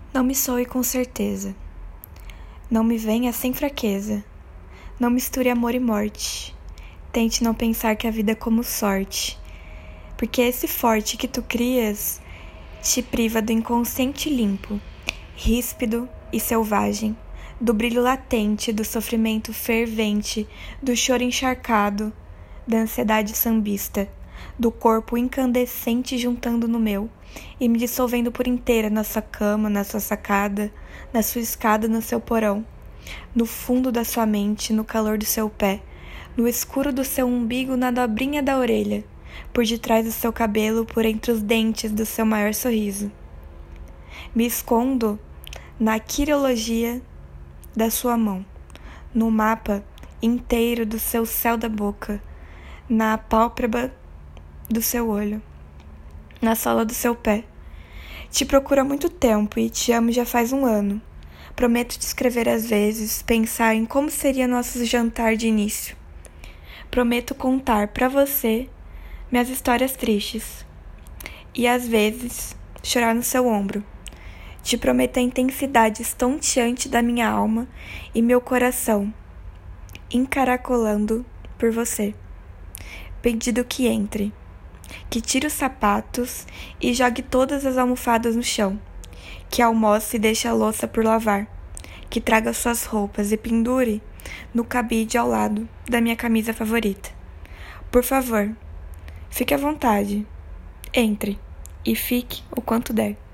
Não me soe com certeza. Não me venha sem fraqueza. Não misture amor e morte. Tente não pensar que a vida é como sorte. Porque esse forte que tu crias te priva do inconsciente limpo, ríspido e selvagem, do brilho latente, do sofrimento fervente, do choro encharcado, da ansiedade sambista, do corpo incandescente juntando no meu e me dissolvendo por inteira na sua cama, na sua sacada, na sua escada, no seu porão, no fundo da sua mente, no calor do seu pé, no escuro do seu umbigo, na dobrinha da orelha, por detrás do seu cabelo, por entre os dentes do seu maior sorriso. Me escondo na quirologia da sua mão, no mapa inteiro do seu céu da boca, na pálpebra do seu olho, na sola do seu pé. Te procuro há muito tempo e te amo já faz 1 ano. Prometo te escrever às vezes, pensar em como seria nosso jantar de início. Prometo contar pra você minhas histórias tristes e às vezes chorar no seu ombro. Te prometo a intensidade estonteante da minha alma e meu coração encaracolando por você. Pedido que entre, que tire os sapatos e jogue todas as almofadas no chão, que almoce e deixe a louça por lavar, que traga suas roupas e pendure no cabide ao lado da minha camisa favorita. Por favor, fique à vontade, entre e fique o quanto der.